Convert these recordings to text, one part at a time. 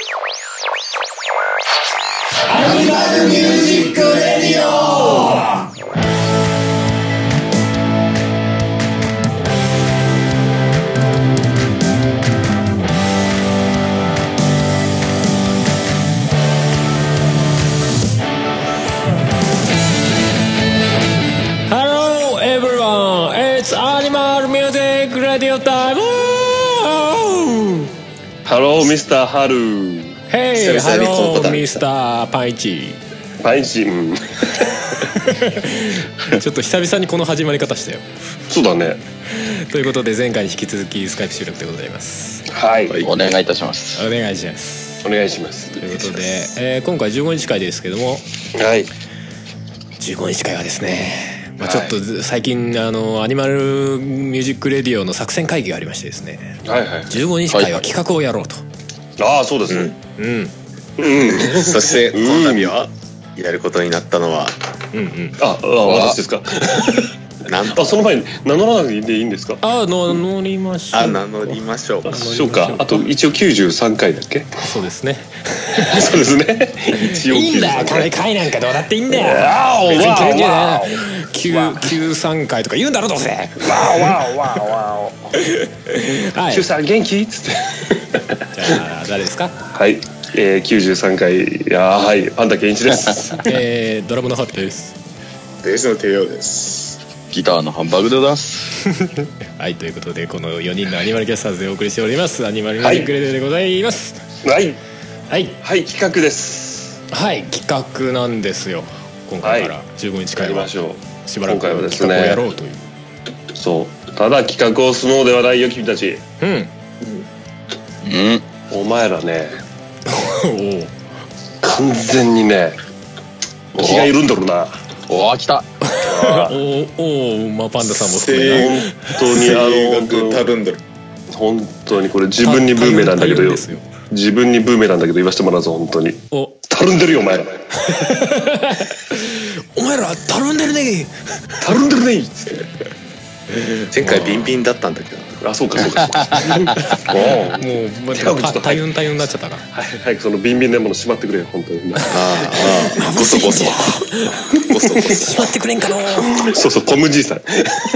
アニマルミュージックレディオ。 Hello everyone, it's Animal Music Radio time. Hello, Mr. Haru. Hey, hello, Mr. パンイチ。 パンイチ、うん。 ちょっと久々にこの始まり方したよ。 そうだね。 ということで前回に引き続きスカイプ収録でございます。 はい。 お願いいたします。 お願いします。 お願いします。 ということで、今回15日会ですけども、 はい。 15日会はですね、まあ、ちょっと最近アニマルミュージックレディオの作戦会議がありましてですね、 はいはい。 15日会は企画をやろうと。 ああ、そうですね。 うん。 そしてこの度はやることになったのは、 私ですか。 なんとその前に名乗らないでいいんですか。 名乗りましょう。 名乗りましょう。 そうか。あと一応93回だっけ。 そうですね。 そうですね。一応いいんだよ、これ回なんかどうだっていいんだよ。別に93回とか言うんだろどうせ。 はい。93元気っつって。 じゃあ誰ですか。 はい。93回、はい、パンダケンイチです。 ドラムのハッピーです。 ベースの帝王です。ギターのハンバーグでございます。 はい、ということでこの4人のアニマルキャスターズでお送りしておりますアニマルミュージックレディオでございます。 はいはいはい、企画です。 はい、企画なんですよ。今回から15日間はしばらく企画をやろうという。 そう、ただ企画をするのではないよ君たち。お前らね、完全にね気が緩んどるな。 来た。 まあパンダさんも含め本当にたるんでる。 本当にこれ自分にブーメランだけどよ。自分にブーメランだけど言わせてもらうぞ本当に。たるんでるよお前ら。 お前らたるんでるね。 たるんでるね。 前回ビンビンだったんだけど。 あ、そうかそうか。 もう大変になっちゃったから。 早くそのビンビンなものしまってくれよ本当に。 ゴソゴソしまってくれんかの。 そうそう、コムじいさん。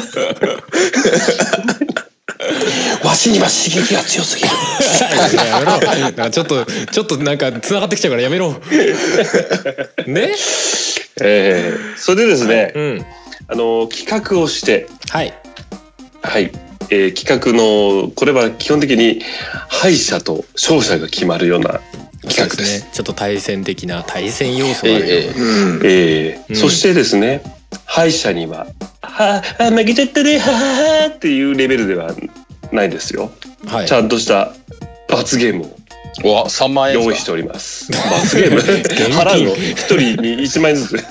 わしには刺激が強すぎる。 やめろ。なんかちょっとなんか繋がってきちゃうからやめろ。ね。 それでですね、企画をして、はい、企画のこれは基本的に敗者と勝者が決まるような企画です。 ちょっと対戦的な対戦要素があるよ。 そしてですね、敗者には負けちゃったねっていうレベルではないですよ。ちゃんとした罰ゲームを 3万円用意しております。罰ゲーム払うの1人に1万円ずつ。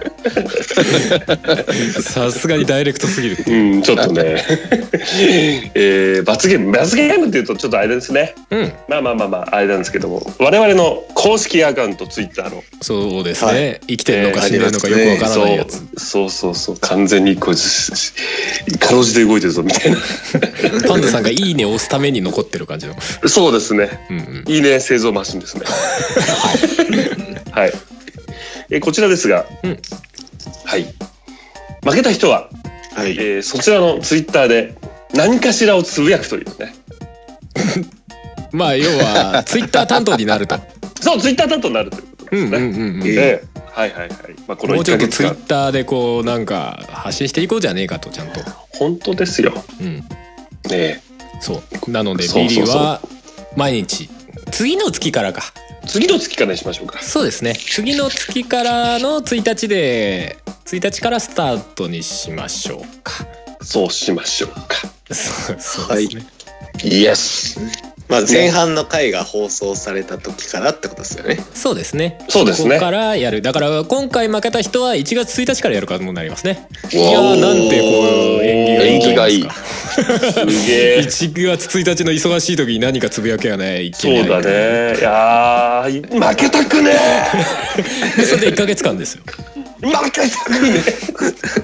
さすがにダイレクトすぎる。 ちょっとね。罰ゲームっていうとちょっとあれですね。まああれなんですけども、我々の公式アカウントツイッターの。 そうですね。生きてるのか死んでるのかよくわからないやつ。 そう完全にこいつかろうじて動いてるぞみたいな。 パンダさんがいいねを押すために残ってる感じの。 そうですね。いいね製造マシンですね。はい。こちらですが、はい、負けた人は、そちらのツイッターで何かしらをつぶやくというね。 まあ要はツイッター担当になると。 そう、ツイッター担当になるということですね。まあこの1ヶ月間もうちょっとツイッターでこうなんか発信していこうじゃねえかと。ちゃんと本当ですよ。 そうなのでビリーは毎日次の月からにしましょうか。 そうですね。次の月からの1日からスタートにしましょうか。 そうしましょうか。 そうですね。 イエス。まあ前半の回が放送された時からってことですよね。 そうですね。 そうですね。 ここからやる。だから今回負けた人は1月1日からやるかもなりますね。いやー、なんてこう縁起がいいと言いますか。すげえ。1月1日の忙しい時に何かつぶやけがね、いけない。 そうだね。いやー、負けたくねえ。それで1ヶ月間ですよ。 負けたくね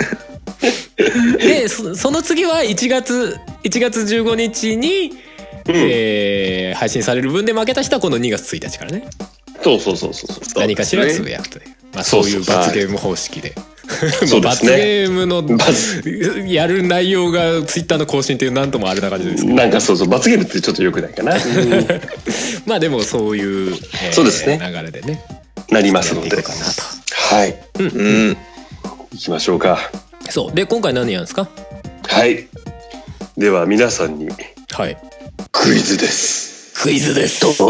え。でその次は1月15日に配信される分で負けた人はこの2月1日からね。 そう何かしらつぶやくという、そういう罰ゲーム方式で。罰ゲームのやる内容がツイッターの更新っていうなんともあれな感じですけど、 なんかそう罰ゲームってちょっと良くないかな。 まあでもそういうそうですね、 流れでねなりますので、はい、行きましょうか。 そうで今回何やるんですか？ はい、では皆さんにクイズです。 クイズです。 クイズ。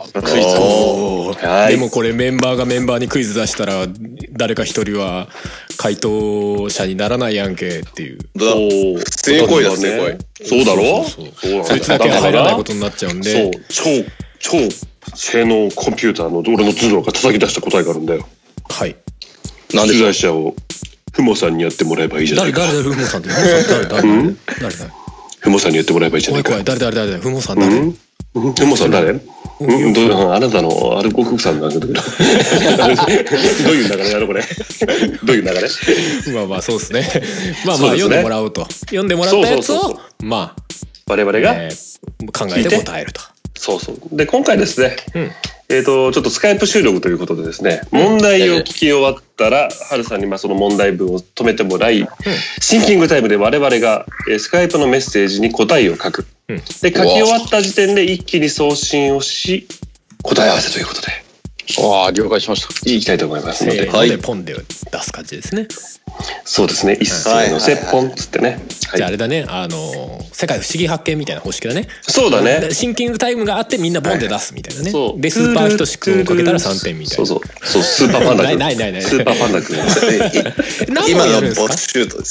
でもこれメンバーがメンバーにクイズ出したら誰か一人は回答者にならないやんけっていう。 正解だ正解。 そうだろ。 そいつだけ入らないことになっちゃうんで。 超性能コンピューターの俺の頭脳が叩き出した答えがあるんだよ。 はい。 なんで取材者をふもさんにやってもらえばいいじゃないか。 誰ふもさんって誰ふもさんにやってもらえばいいじゃないか。 誰ふもさん誰？ ふもさん誰？あなたのアルコークさんなんだけど。どういう流れやろこれ。どういう流れ？ まあそうですね。まあ読んでもらおうと。読んでもらったやつをまあ我々が考えて答えると。 そうで今回ですね。ちょっとスカイプ収録ということでですね、問題を聞き終わったらはるさんにその問題文を止めてもらい、シンキングタイムで我々がスカイプのメッセージに答えを書く。で書き終わった時点で一気に送信をし答え合わせということで。 了解しました。 いきたいと思いますので。 でポンで出す感じですね。 そうですね。一斉のせポンつってね。 じゃああれだね、世界不思議発見みたいな方式だね。 そうだね。 シンキングタイムがあってみんなボンで出すみたいなね。でスーパーひとしくんをかけたら3点みたいな。 そうスーパーパンダくん。 ないスーパーパンダくん。 今のボスシュートです。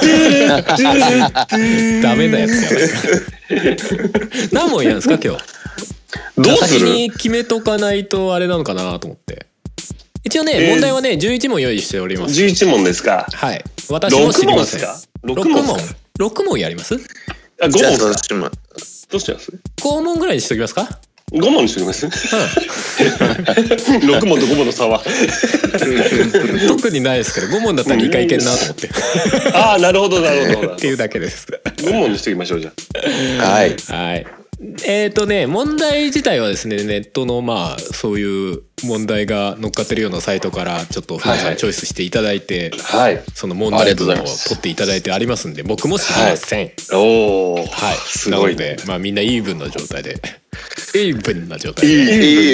ダメなやつや。何問やるんですか今日？ どうする？ 先に決めとかないとあれなのかなと思って。一応ね、問題はね11問用意しております。 11問ですか？ はい。私も知りません。6問やります？ あ、5問ですか？どうします ？5問ぐらいにしときますか ？5問にしときます？6問と5問の差は特にないですけど、5問だったら2回いけるなと思って。 ああ、なるほどっていうだけです。 5問にしときましょうじゃあ。はい。 問題自体はですね、ネットのそういう問題が乗っかってるようなサイトからちょっと皆さんチョイスしていただいて、その問題文を取っていただいてありますんで、僕も知りません。 はい。 なのでみんなイーブンな状態で。イーブンな状態で。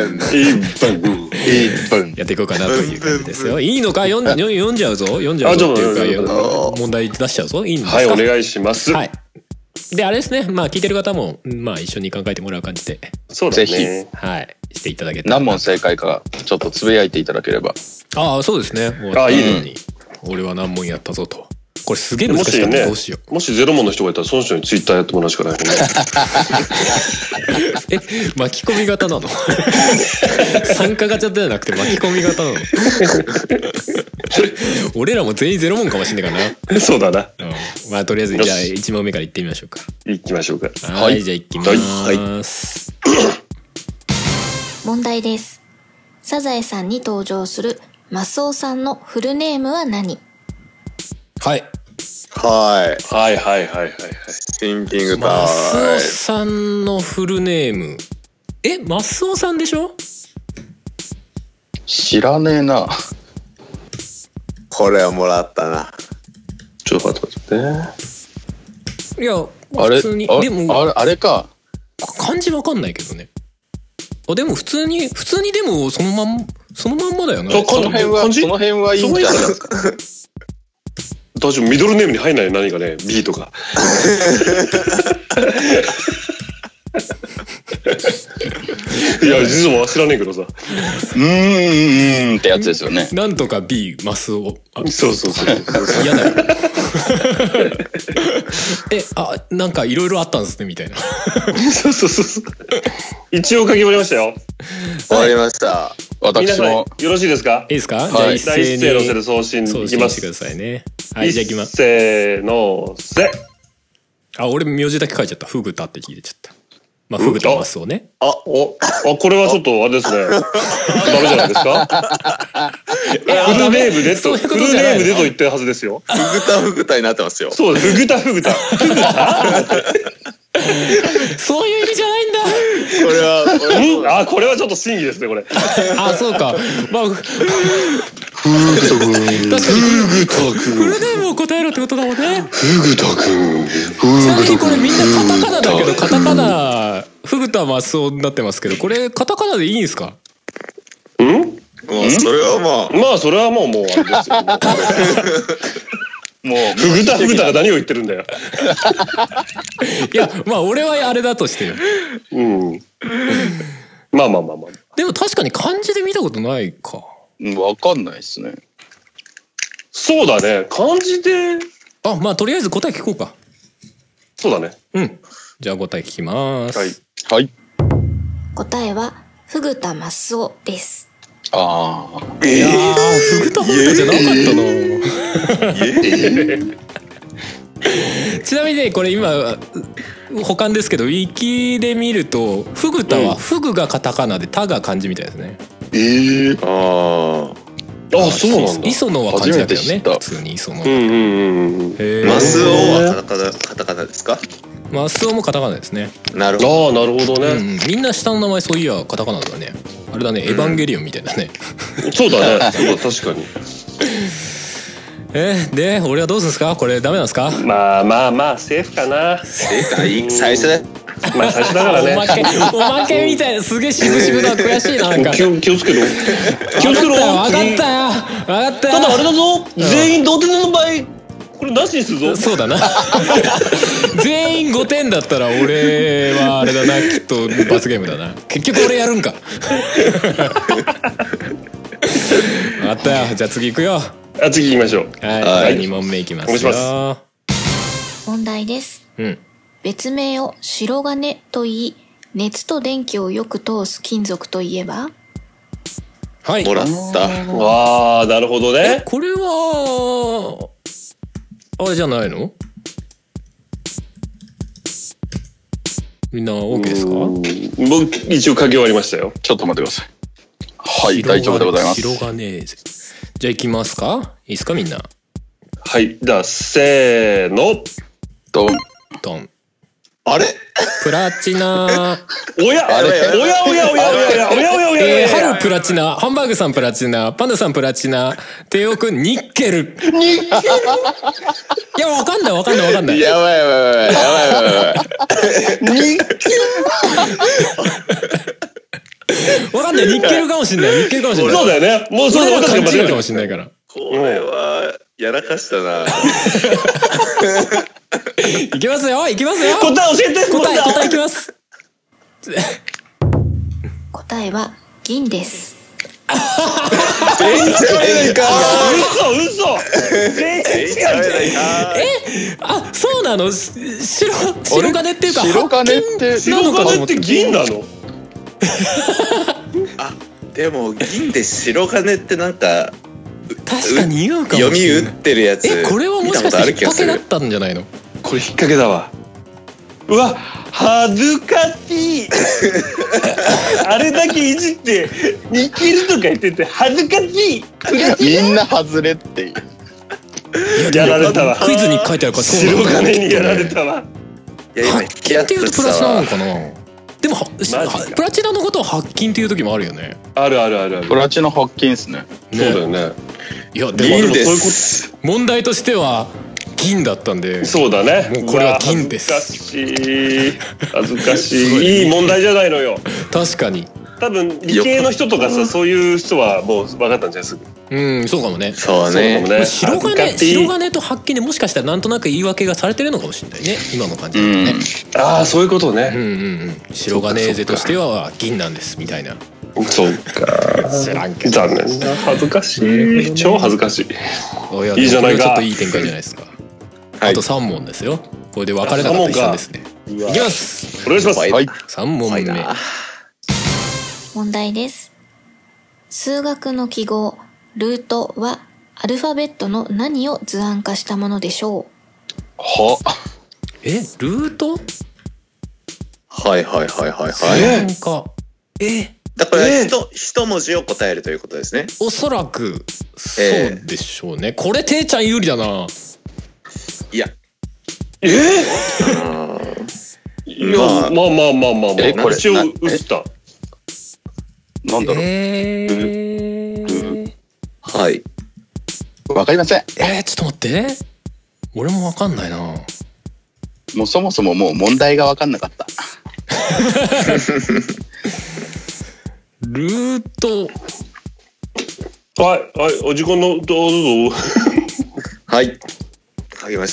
やっていこうかなという感じですよ。いいのか？読んじゃうぞっていうか問題出しちゃうぞ。いいんですか？ はい、お願いします。 はい。であれですね、聞いてる方も一緒に考えてもらう感じで、 そうだね、 ぜひしていただけたら。 何問正解かちょっとつぶやいていただければ。 そうですね。いいね。俺は何問やったぞと。これすげえ難しかったらどうしよう。 もし0問の人がいたらその人にツイッターやってもらうしかないもんね。 巻き込み型なの？参加ガチャではなくて巻き込み型なの？俺らも全員0問かもしんないからな。 そうだな。 とりあえずじゃあ1問目からいってみましょうか。 いきましょうか。 はい、じゃあいきます。 問題です。サザエさんに登場するマスオさんのフルネームは何？ はい。 シンキングタイム。 マスオさんのフルネーム。マスオさんでしょ？ 知らねえな。これはもらったな。 ちょっと待っていや、普通に。でもあれか。 漢字わかんないけどね。でも普通にでもそのまんまだよな。 その辺はいいんじゃないですか。 大丈夫、ミドルネームに入んないよ、何かね、B とか。いや、実は知らねえけどさ。 ってやつですよね。 なんとか B マスオ。 そう。 嫌だよ。なんかいろいろあったんですねみたいな。 そう。一応書き終わりましたよ。 終わりました。私もよろしいですか？ いいですか？ じゃあ一斉のせで送信いきます。 してくださいね。はい、じゃあいきます。 せーのせ。 俺名字だけ書いちゃった。フグタって聞いてちゃった。フグタマスオね。 これはちょっとあれですね。ダメじゃないですか？フルネームでと言ってるはずですよ。 フグタになってますよ。 そう、フグタ。 そういう意味じゃないんだ。 これはこれはちょっと審議ですねこれ。 あ、そうか。まあ確かにフルネームを答えろってことだもんね。 フグタくん。 ちなみにこれみんなカタカナだけど、カタカナフグタマスオになってますけど、これカタカナでいいんですか？ ん？ それはまあそれはもうあれですよ。もうフグタが何を言ってるんだよ。 いや、まあ俺はあれだとしてよ。 うん。まあ。 でも確かに漢字で見たことないか。 わかんないですね。 そうだね。漢字で。 あ、まあとりあえず答え聞こうか。 そうだね。 うん。じゃあ答え聞きます。 はい。 はい。 答えはフグタマスオです。 ああ。 いやフグタじゃなかったな。ちなみにね、これ今保管ですけど、ウィキで見るとフグタはフグがカタカナでタが漢字みたいですね。 あ、そうなんだ。 磯野は漢字だけどね。普通に磯野。 マスオはカタカナですか？ マスオもカタカナですね。 なるほど。 なるほどね。 みんな下の名前そういやカタカナだね。あれだね、エヴァンゲリオンみたいだね。 そうだね。確かに。 で俺はどうするんですか？これダメなんですか？ まあセーフかな。 セーフか、最初だ。 まあ最初だからね。 おまけみたいな、すげえ渋々だ。悔しいな。なんか気をつけろ。気をつけろ。 分かったよ。 ただあれだぞ。全員同点の場合これなしにするぞ。そうだな。 全員5点だったら俺はあれだな、きっと罰ゲームだな。結局俺やるんか。分かったよ。じゃあ次行くよ。 次行きましょう。 はい、2問目いきますよ。 問題です。別名を白金と言い、熱と電気をよく通す金属といえば？ はい。 もらった。 わあ、なるほどね。 これはあれじゃないの？みんな OK ですか？ 僕一応書き終わりましたよ。 ちょっと待ってください。はい、大丈夫でございます。 白金。じゃあ行きますか？いいですかみんな。 はい、じゃあせーの。 ドン。 あれ？ プラチナ。 おやハルプラチナ、ハンバーグさんプラチナ、パンダさんプラチナ、テオくんニッケル。いや、わかんない。 やばい。 ニッケル。 わかんない。ニッケルかもしれない。 そうだよね。もうそうだ。 勘違いかもしれないから。 これはやらかしたな。 いきますよ。 答え教えて。 答えいきます。 答えは銀です。 全然か。 嘘。全然違う。 あ、そうなの？白金っていうか白金って銀なの？ あ、でも銀で白金ってなんか確かに言うかもしれない。 読み打ってるやつ。 これはもしかして引っ掛けだったんじゃないの？ これ引っ掛けだわ。うわ、恥ずかしい。あれだけいじって似てるとか言ってて恥ずかしい。 みんな外れっていう。 やられたわ。 クイズに書いてあるから白金にやられたわ。 いや今白金っていうとプラチナなのかな。でもプラチナのことを白金っていう時もあるよね。 ある。 プラチナ白金ですね。 そうだよね。 いやでも銀でそういうす。 問題としては銀だったんで。 そうだね。 もうこれは銀です。 恥ずかしい。いい問題じゃないのよ。 確かに。 多分理系の人とかさ、そういう人はもう分かったんじゃないですか。 そうかもね。 そうね。 白金と白金でもしかしたらなんとなく言い訳がされてるのかもしれないね。今の感じだとね。 ああ、そういうことね。 白金勢としては銀なんですみたいな。 そうか。 知らんけど。 残念な。恥ずかしい。超恥ずかしい。 いいじゃないか。ちょっといい展開じゃないですか。あと3問ですよ。これで分かれなかったら一緒ですね。いきます。 お願いします。はい。 3問目。 問題です。数学の記号ルートはアルファベットの何を図案化したものでしょう？ ルート？ はい。 図案化。 だから一文字を答えるということですね。 おそらくそうでしょうね。これていちゃん有利だな。 いや。 いや、まあ。 これ一応打った。 なんだろう。はい。わかりません。 ちょっと待って。俺もわかんないな。 もうそもそももう問題がわかんなかった。 ルート。 はい、お時間のどうぞ。 はい。書きました。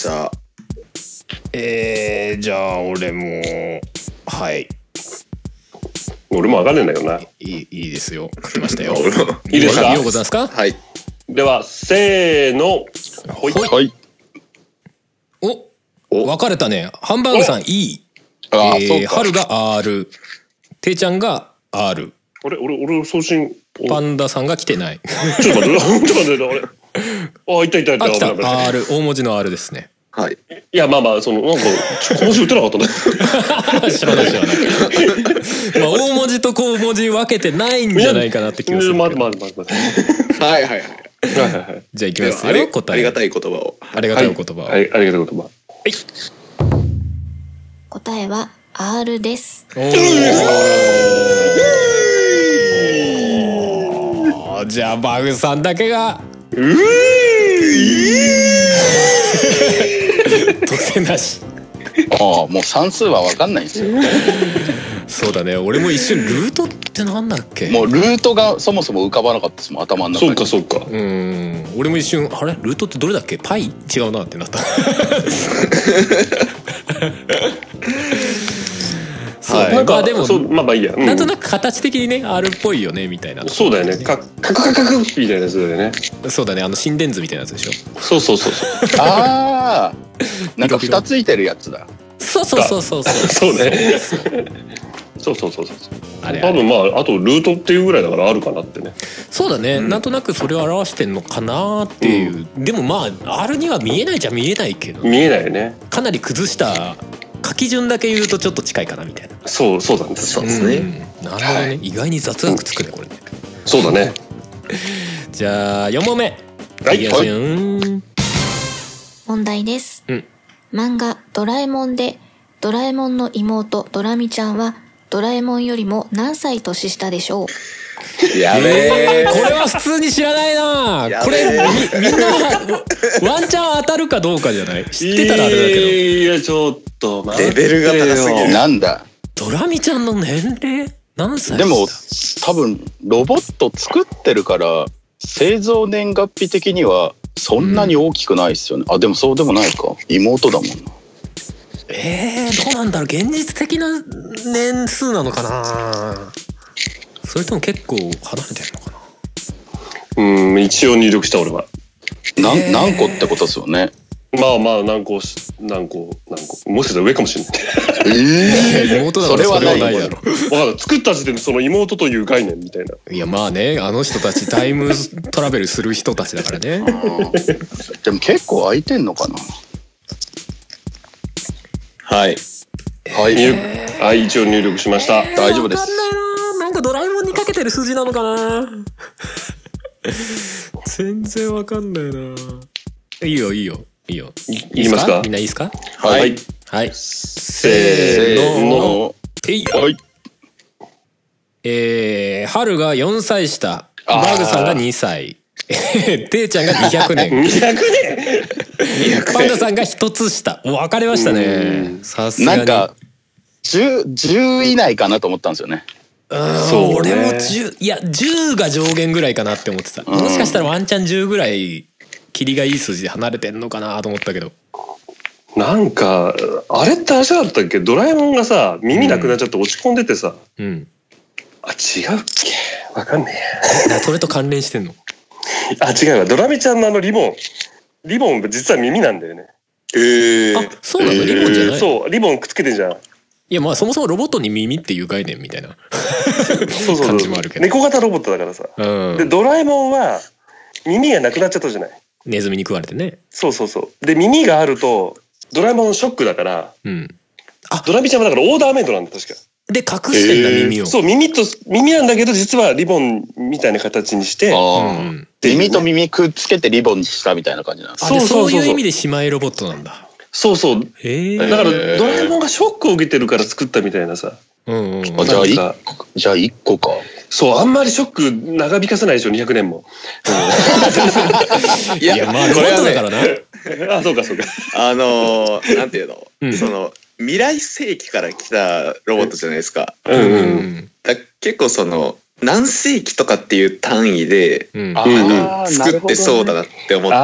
じゃあ俺もはい。 俺もわかんないんだけどな。 いいですよ。書きましたよ。 いいですか？ いいございますか？ はい。 ではせーの。 はい。 お、分かれたね。ハンバーグさん E。春が R。ていちゃんが R。 俺送信。 パンダさんが来てない。 ちょっと待って、あれ。あ、いた。 来た。R、大文字の R ですね。 はい。 いや、まあ、なんか、小文字打てなかったね。 知らない。まあ、大文字と小文字分けてないんじゃないかなって気がする。 待って。 はい。 じゃあ行きますよ、答え。 ありがたい言葉を。 ありがたい言葉を。 はい、ありがたい言葉。はい。 答えは R です。 じゃあバグさんだけが得点なし。 もう算数は分かんないんですよ。 そうだね。俺も一瞬ルートってなんだっけ。 もうルートがそもそも浮かばなかったですもん、頭の中に。 そうか。 俺も一瞬あれルートってどれだっけ。パイ違うなってなった。 はい、なんかでもまあいいや、 なんとなく形的にね R っぽいよねみたいな。 そうだよね。カクみたいなやつだよね。 そうだね。心電図みたいなやつでしそう。 ょ。 ああ、なんか蓋ついてるやつだ。 そうそうね。そうあれ多分まああとルートっていうぐらいだからあるかなってね。 そうだね、なんとなくそれを表してんのかなっていう、でもまあ R には見えないじゃ見えないけど、 見えないよね。 かなり崩した書き順だけ言うとちょっと近いかなみたいな。 そうなんです。 そうですね。 なるほどね、意外に雑学つくねこれね。 そうだね。 じゃあ4問目。 はい。 問題です。漫画ドラえもんでドラえもんの妹ドラミちゃんはドラえもんよりも何歳年下でしょう。 やべえ、 これは普通に知らないな。これみんなワンチャン当たるかどうかじゃない。知ってたらあれだけど。 いやちょっと待ってよ。 レベルが高すぎる。なんだドラミちゃんの年齢何歳。 でも多分ロボット作ってるから製造年月日的にはそんなに大きくないですよね。あ、でもそうでもないか。妹だもんな。 どうなんだろう。現実的な年数なのかな。それとも結構離れてるのかな。一応入力した俺は。 何個ってことですよね。 まあ何個もしかしたら上かもしれない。 妹だからそれはないだろ。 分かった。作った時点でその妹という概念みたいな。 いやまあね、あの人たちタイムトラベルする人たちだからね。 でも結構空いてんのかな。はい、 一応入力しました。 大丈夫です。 なんかドラえもんにかけてる数字なのかな。全然わかんないな。いいよ。いきますか。 みんないいですか。 はい。 せーの。春が4歳下、バーグさんが2歳、ていちゃんが200年。 200年。 パンダさんが1つ下。分かれましたね。さすがに。なんか 10以内かなと思ったんですよね。 俺も10が上限ぐらいかなって思ってた。もしかしたらワンチャン10ぐらいキリがいい数字で離れてんのかなと思ったけど。 なんかあれってあれだったっけ。ドラえもんがさ耳なくなっちゃって落ち込んでてさ。あ、違うっけ。わかんねえ。それと関連してんの。 あ、違うわ。ドラミちゃんのリボン実は耳なんだよね。 あ、そうなの。リボンじゃない。 そう、リボンくっつけてんじゃん。いやまあそもそもロボットに耳っていう概念みたいな感じもあるけど。 猫型ロボットだからさ。でドラえもんは耳がなくなっちゃったじゃない。ネズミに食われてね。 そう。で耳があるとドラえもんショックだから。ドラミちゃんはだからオーダーメイドなんだ確か。 で隠してんだ耳を。 そう、耳なんだけど実はリボンみたいな形にして、 耳と耳くっつけてリボンにしたみたいな感じなんです。 そういう意味で姉妹ロボットなんだ。 そうそう。だへからドラえもんがショックを受けてるから作ったみたいなさ。 じゃあ1個か。 そう、あんまりショック長引かせないでしょ、200年も。 いや、まあロボットだからな。 あ、そうかそうか。 なんていうの、その未来世紀から来たロボットじゃないですか。結構その何世紀とかっていう単位で作ってそうだなって思って。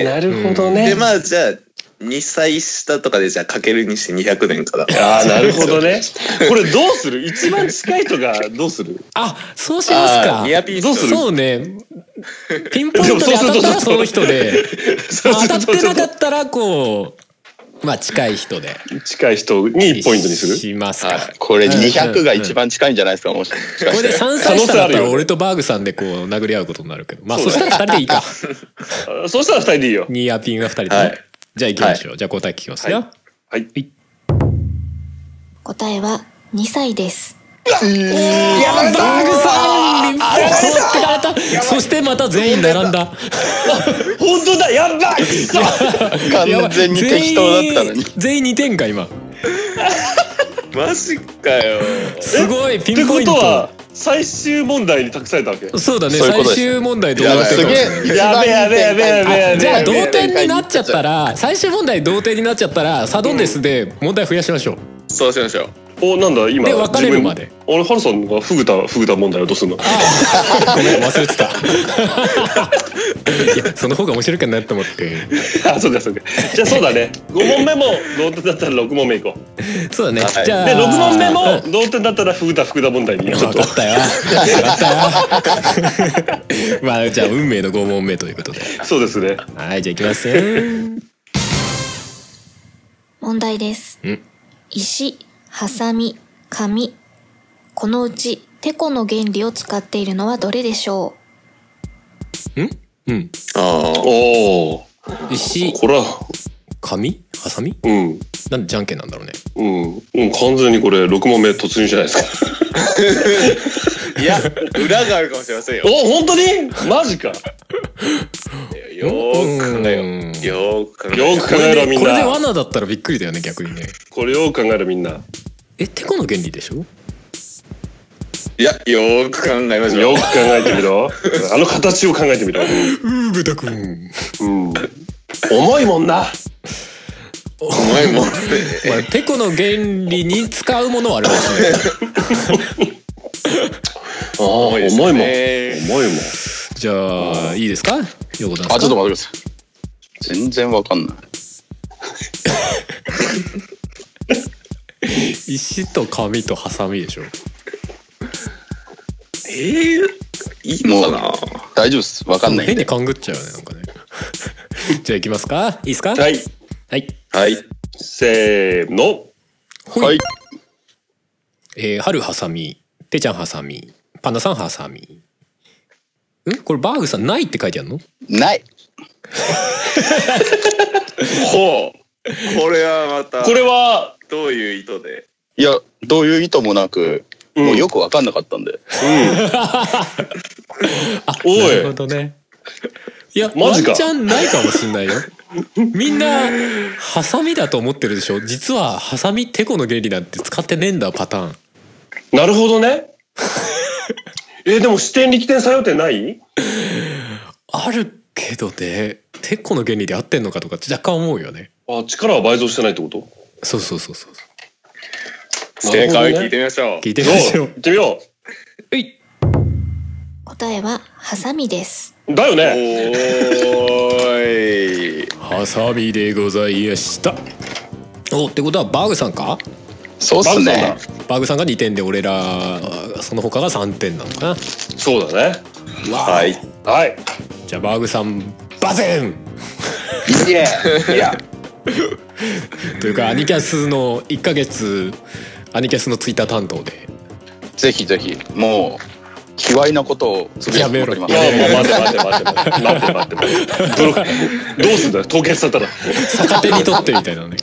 なるほどね。 で、まあじゃあ2歳下とかでじゃあかけるにして200年かな。 なるほどね。これどうする？一番近い人がどうする？ そうしますか。 ニアピンどうする？ そうね。ピンポイントで当たったらその人で、当たってなかったらこう、まあ近い人で。 近い人に1ポイントにする？ しますか。 これ200が一番近いんじゃないですか、もしかして。 これで3歳下だったら俺とバーグさんでこう殴り合うことになるけど、まあそしたら2人でいいか。 そしたら2人でいいよ。 ニアピンが2人でね。じゃあ行きましょう。じゃあ答え聞きますよ。 はい。 答えは2歳です。 バーグさんに持ってかれた。そしてまた全員並んだ。 本当だ、やばい。 完全に適当だったのに。 全員2点か今。 マジかよ。 すごいピンポイント。 ってことは最終問題に託されたわけ？ そうだね。最終問題同点かもしれない。 やべえ。 じゃあ同点になっちゃったら、最終問題同点になっちゃったらサドンデスで問題増やしましょう。 そうしましょう。 なんだ今で分かれるまで。 俺ハルさんがフグタ問題をどうすんの？ ごめん忘れてた。いやその方が面白いかなと思って。 そうか。じゃあそうだね。5問目も同点だったら6問目いこう。 そうだね。じゃあで6問目も同点だったらフグタ問題にちょっと。 分かったよ。まあじゃあ運命の5問目ということで。 そうですね。 はい、じゃあいきますよ。 問題です。石、ハサミ、紙。このうちテコの原理を使っているのはどれでしょう？石、 これは紙、ハサミ？なんでじゃんけんなんだろうね。 完全にこれ6問目突入じゃないですか。 いや、裏があるかもしれませんよ。 本当に？マジか。 よーく考えよ。よーく考えろみんな。 これで罠だったらびっくりだよね、逆にね。 これよーく考えろみんな。 テコの原理でしょ？ いや、よーく考えましょう。 よーく考えてみろ。あの形を考えてみろ。 ブタくん。 重いもんな。 重いもんね。 テコの原理に使うものはあるかもしれない。 重いもん。 じゃあいいですか？ ちょっと待ってください。全然わかんない。 石と紙とハサミでしょ。 いいのかな？ 大丈夫です。わかんない。 変に勘ぐっちゃうよね、なんかね。じゃあいきますか？いいですか？ はい。せーの。 はい。 春ハサミ、てちゃんハサミ、パンダさんハサミ。これバーグさんないって書いてあるの？ ない。 ほう。これはまた。 これはどういう意図で？ いや、どういう意図もなく、もうよくわかんなかったんで。 おい。 なるほどね。いや、ワンチャンないかもしんないよ。みんなハサミだと思ってるでしょ。実はハサミテコの原理なんて使ってねえんだパターン。 なるほどね。でも視点力点作用点ない？ あるけどね、テコの原理で合ってんのかとか若干思うよね。 力は倍増してないってこと？ そう。 正解聞いてみましょう。 聞いてみましょう。 行ってみよう。 答えはハサミです。 だよね。 ハサミでございました。ってことはバーグさんか？ そうっすね。 バーグさんが2点で俺らその他が3点なのかな。 そうだね。 はい。 じゃあバーグさんバゼン。 いや。 というかアニキャスの1ヶ月アニキャスのツイッター担当でぜひもう卑猥なことをやめろ。 待て。どうすんだよ凍結されたら。 逆手に取ってみたいなね。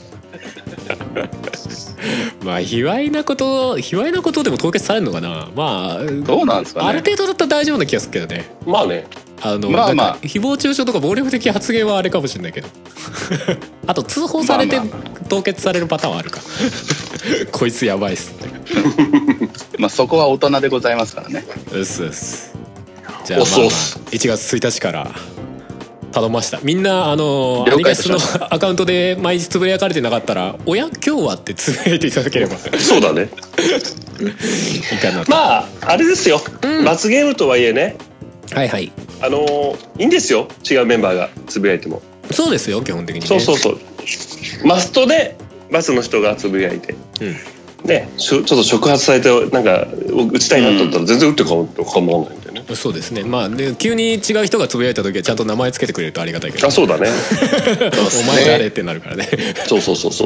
まあ卑猥なことでも凍結されるのかな。まあどうなんですかね。 ある程度だったら大丈夫な気がするけどね。 まあね。 まあまあ誹謗中傷とか暴力的発言はあれかもしれないけどあと通報されて凍結されるパターンはあるかこいつやばいっすってまあそこは大人でございますからね。 うっすうっす。じゃあまあ1月1日から頼ました。みんなアニキャスのアカウントで毎日つぶやかれてなかったら「おや今日は?」ってつぶやいていただければそうだねいいかなと。 まああれですよ、罰ゲームとはいえね、 はいはい、 いいんですよ、違うメンバーがつぶやいても。 そうですよ基本的にね。 そうマストでバスの人がつぶやいて、ね、ちょっと触発されてなんか打ちたいなと思ったら全然打って構わないんだよね。 そうですね。まあで急に違う人がつぶやいた時はちゃんと名前つけてくれるとありがたいけど。 あ、そうだねお前誰ってなるからねそう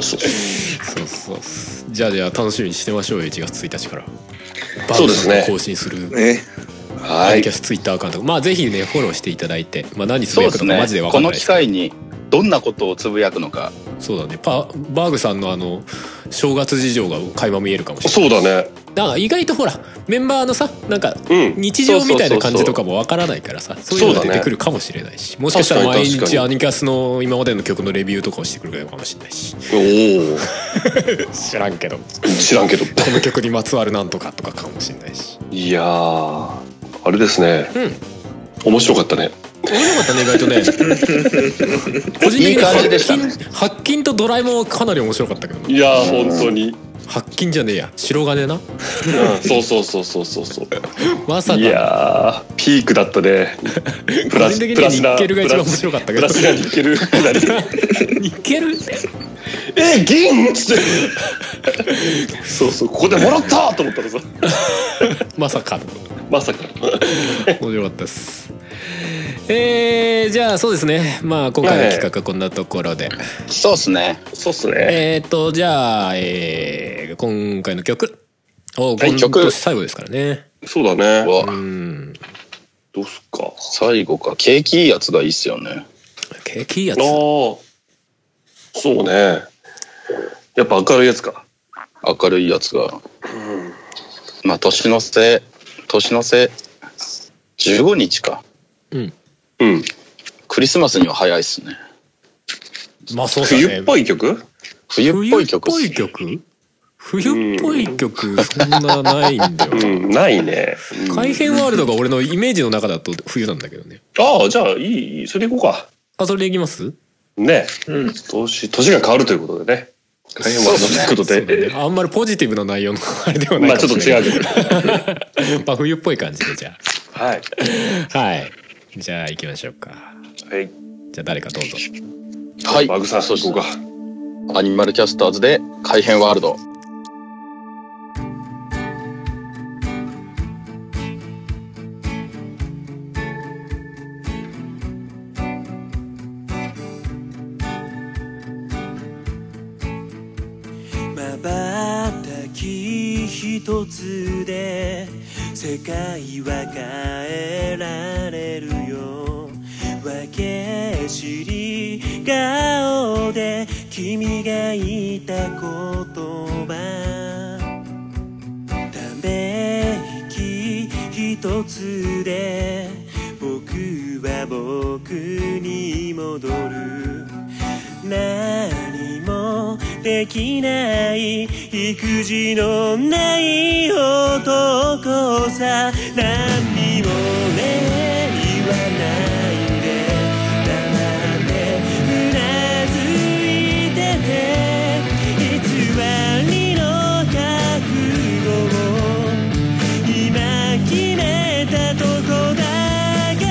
じゃあ楽しみにしてましょうよ。1月1日からそうですね、 更新するアニキャスツイッターアカウント、まあぜひねフォローしていただいて、まあ何つぶやくのかマジで分かんないです。 この機会にどんなことをつぶやくのか。 そうだね。バーグさんの正月事情が垣間見えるかもしれない。 そうだね。 だから意外とほらメンバーのさなんか日常みたいな感じとかもわからないからさ、そういうのが出てくるかもしれないし、もしかしたら毎日アニキャスの今までの曲のレビューとかをしてくるかもしれないし。お知らんけどこの曲にまつわるなんとかとかかもしれないし。いやーあれですね、面白かったね。 面白かったね意外とね個人的に白金とドラえもんはかなり面白かったけど、 いや本当に白金じゃねえや白金な、 そうまさか。 いやピークだったね。 個人的にはニッケルが一番面白かったけど。 プラスがニッケルニッケル銀っつってそうここでもらったと思ったらさまさか面白かったです。じゃあそうですね、まあ今回の企画はこんなところで、 そうっすね。 じゃあ、今回の曲今年最後ですからね。 そうだね。 どうすっか最後か。景気いいやつがいいっすよね。 景気いいやつ。 そうね、やっぱ明るいやつか。 明るいやつが、まあ年の瀬15日か。クリスマスには早いっすね。 まあそうだね。 冬っぽい曲冬っぽい曲そんなないんだよないね。 改変ワールドが俺のイメージの中だと冬なんだけどね。 ああじゃあいいそれでいこうか。 それでいきますね。年が変わるということでね、改変ワールドということで、 あんまりポジティブな内容のあれではないかもしれない。 まあちょっと違うけどまあ冬っぽい感じでじゃあはいじゃあ行きましょうか。じゃあ誰かどうぞ。 バグさんそうしようか。 アニマルキャスターズで改変ワールド。 瞬き一つで世界は変えられるよ。分け知り顔で君が言った言葉、ため息一つで僕は僕に戻る。何もできない育児のない男さ。何にもね言わないで黙ってうなずいてて、偽りの覚悟を今決めたとこだから、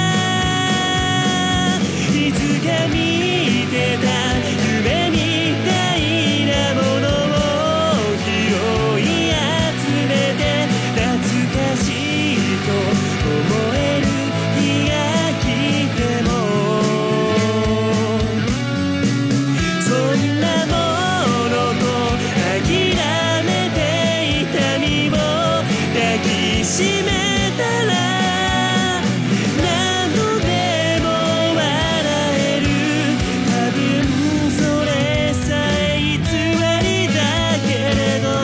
いつか見てた夢みたいなものを拾い集めて、懐かしいと思える日が来ても、そんなものと諦めていた身も抱きしめたら何度でも笑える。多分それさえ偽りだけれど、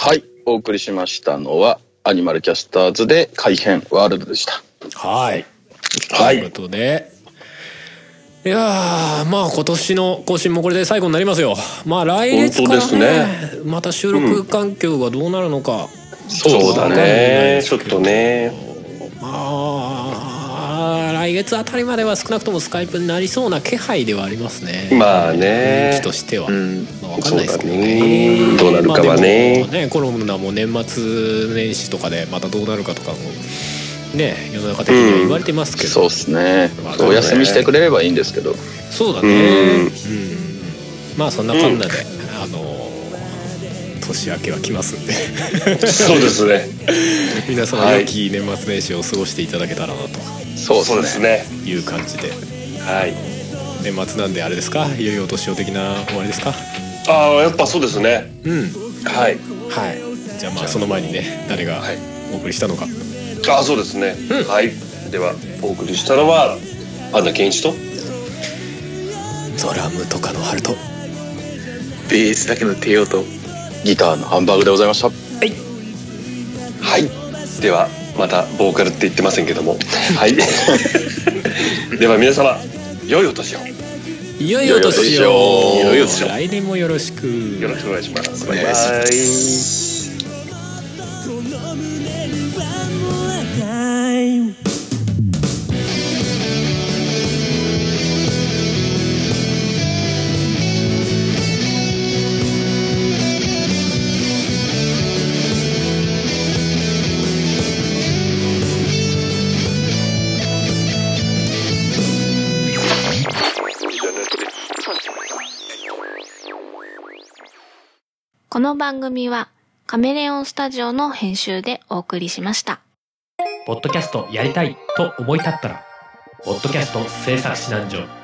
はい、お送りしましたのはアニマルキャスターズで改編ワールドでした。 はい。ということで、いやまあ今年の更新もこれで最後になりますよ。まあ来月からね、また収録環境がどうなるのか、 そうだね、ちょっとね、 まあ来月あたりまでは少なくともスカイプになりそうな気配ではありますね。 まあね、 雰囲気としては、まあ、分かんないですけどね、 どうなるかはね、 まあ、コロナも年末年始とかでまたどうなるかとかもね、世の中的には言われてますけど、 そうですね、お休みしてくれればいいんですけど、 そうだね、まあそんなこんなで、年明けは来ますんでそうですね皆様良き年末年始を過ごしていただけたらなと、 そうですね、 いう感じで、 はい、 年末なんであれですか、いよいよお年を的な終わりですか。 やっぱそうですね、はいはい、じゃあまあその前にね、誰がお送りしたのか、 そうですね、はい、ではお送りしたのはパンダケンイチとドラムとかのハルト、 ベースだけのテオとギターのハンバーグでございました。 はい、ではまたボーカルって言ってませんけどもはいでは皆様良いお年を、 良いお年を、来年もよろしくお願いします。 バイバイ。 この番組はカメレオンスタジオの編集でお送りしました。 ポッドキャストやりたいと思い立ったら、ポッドキャスト制作指南所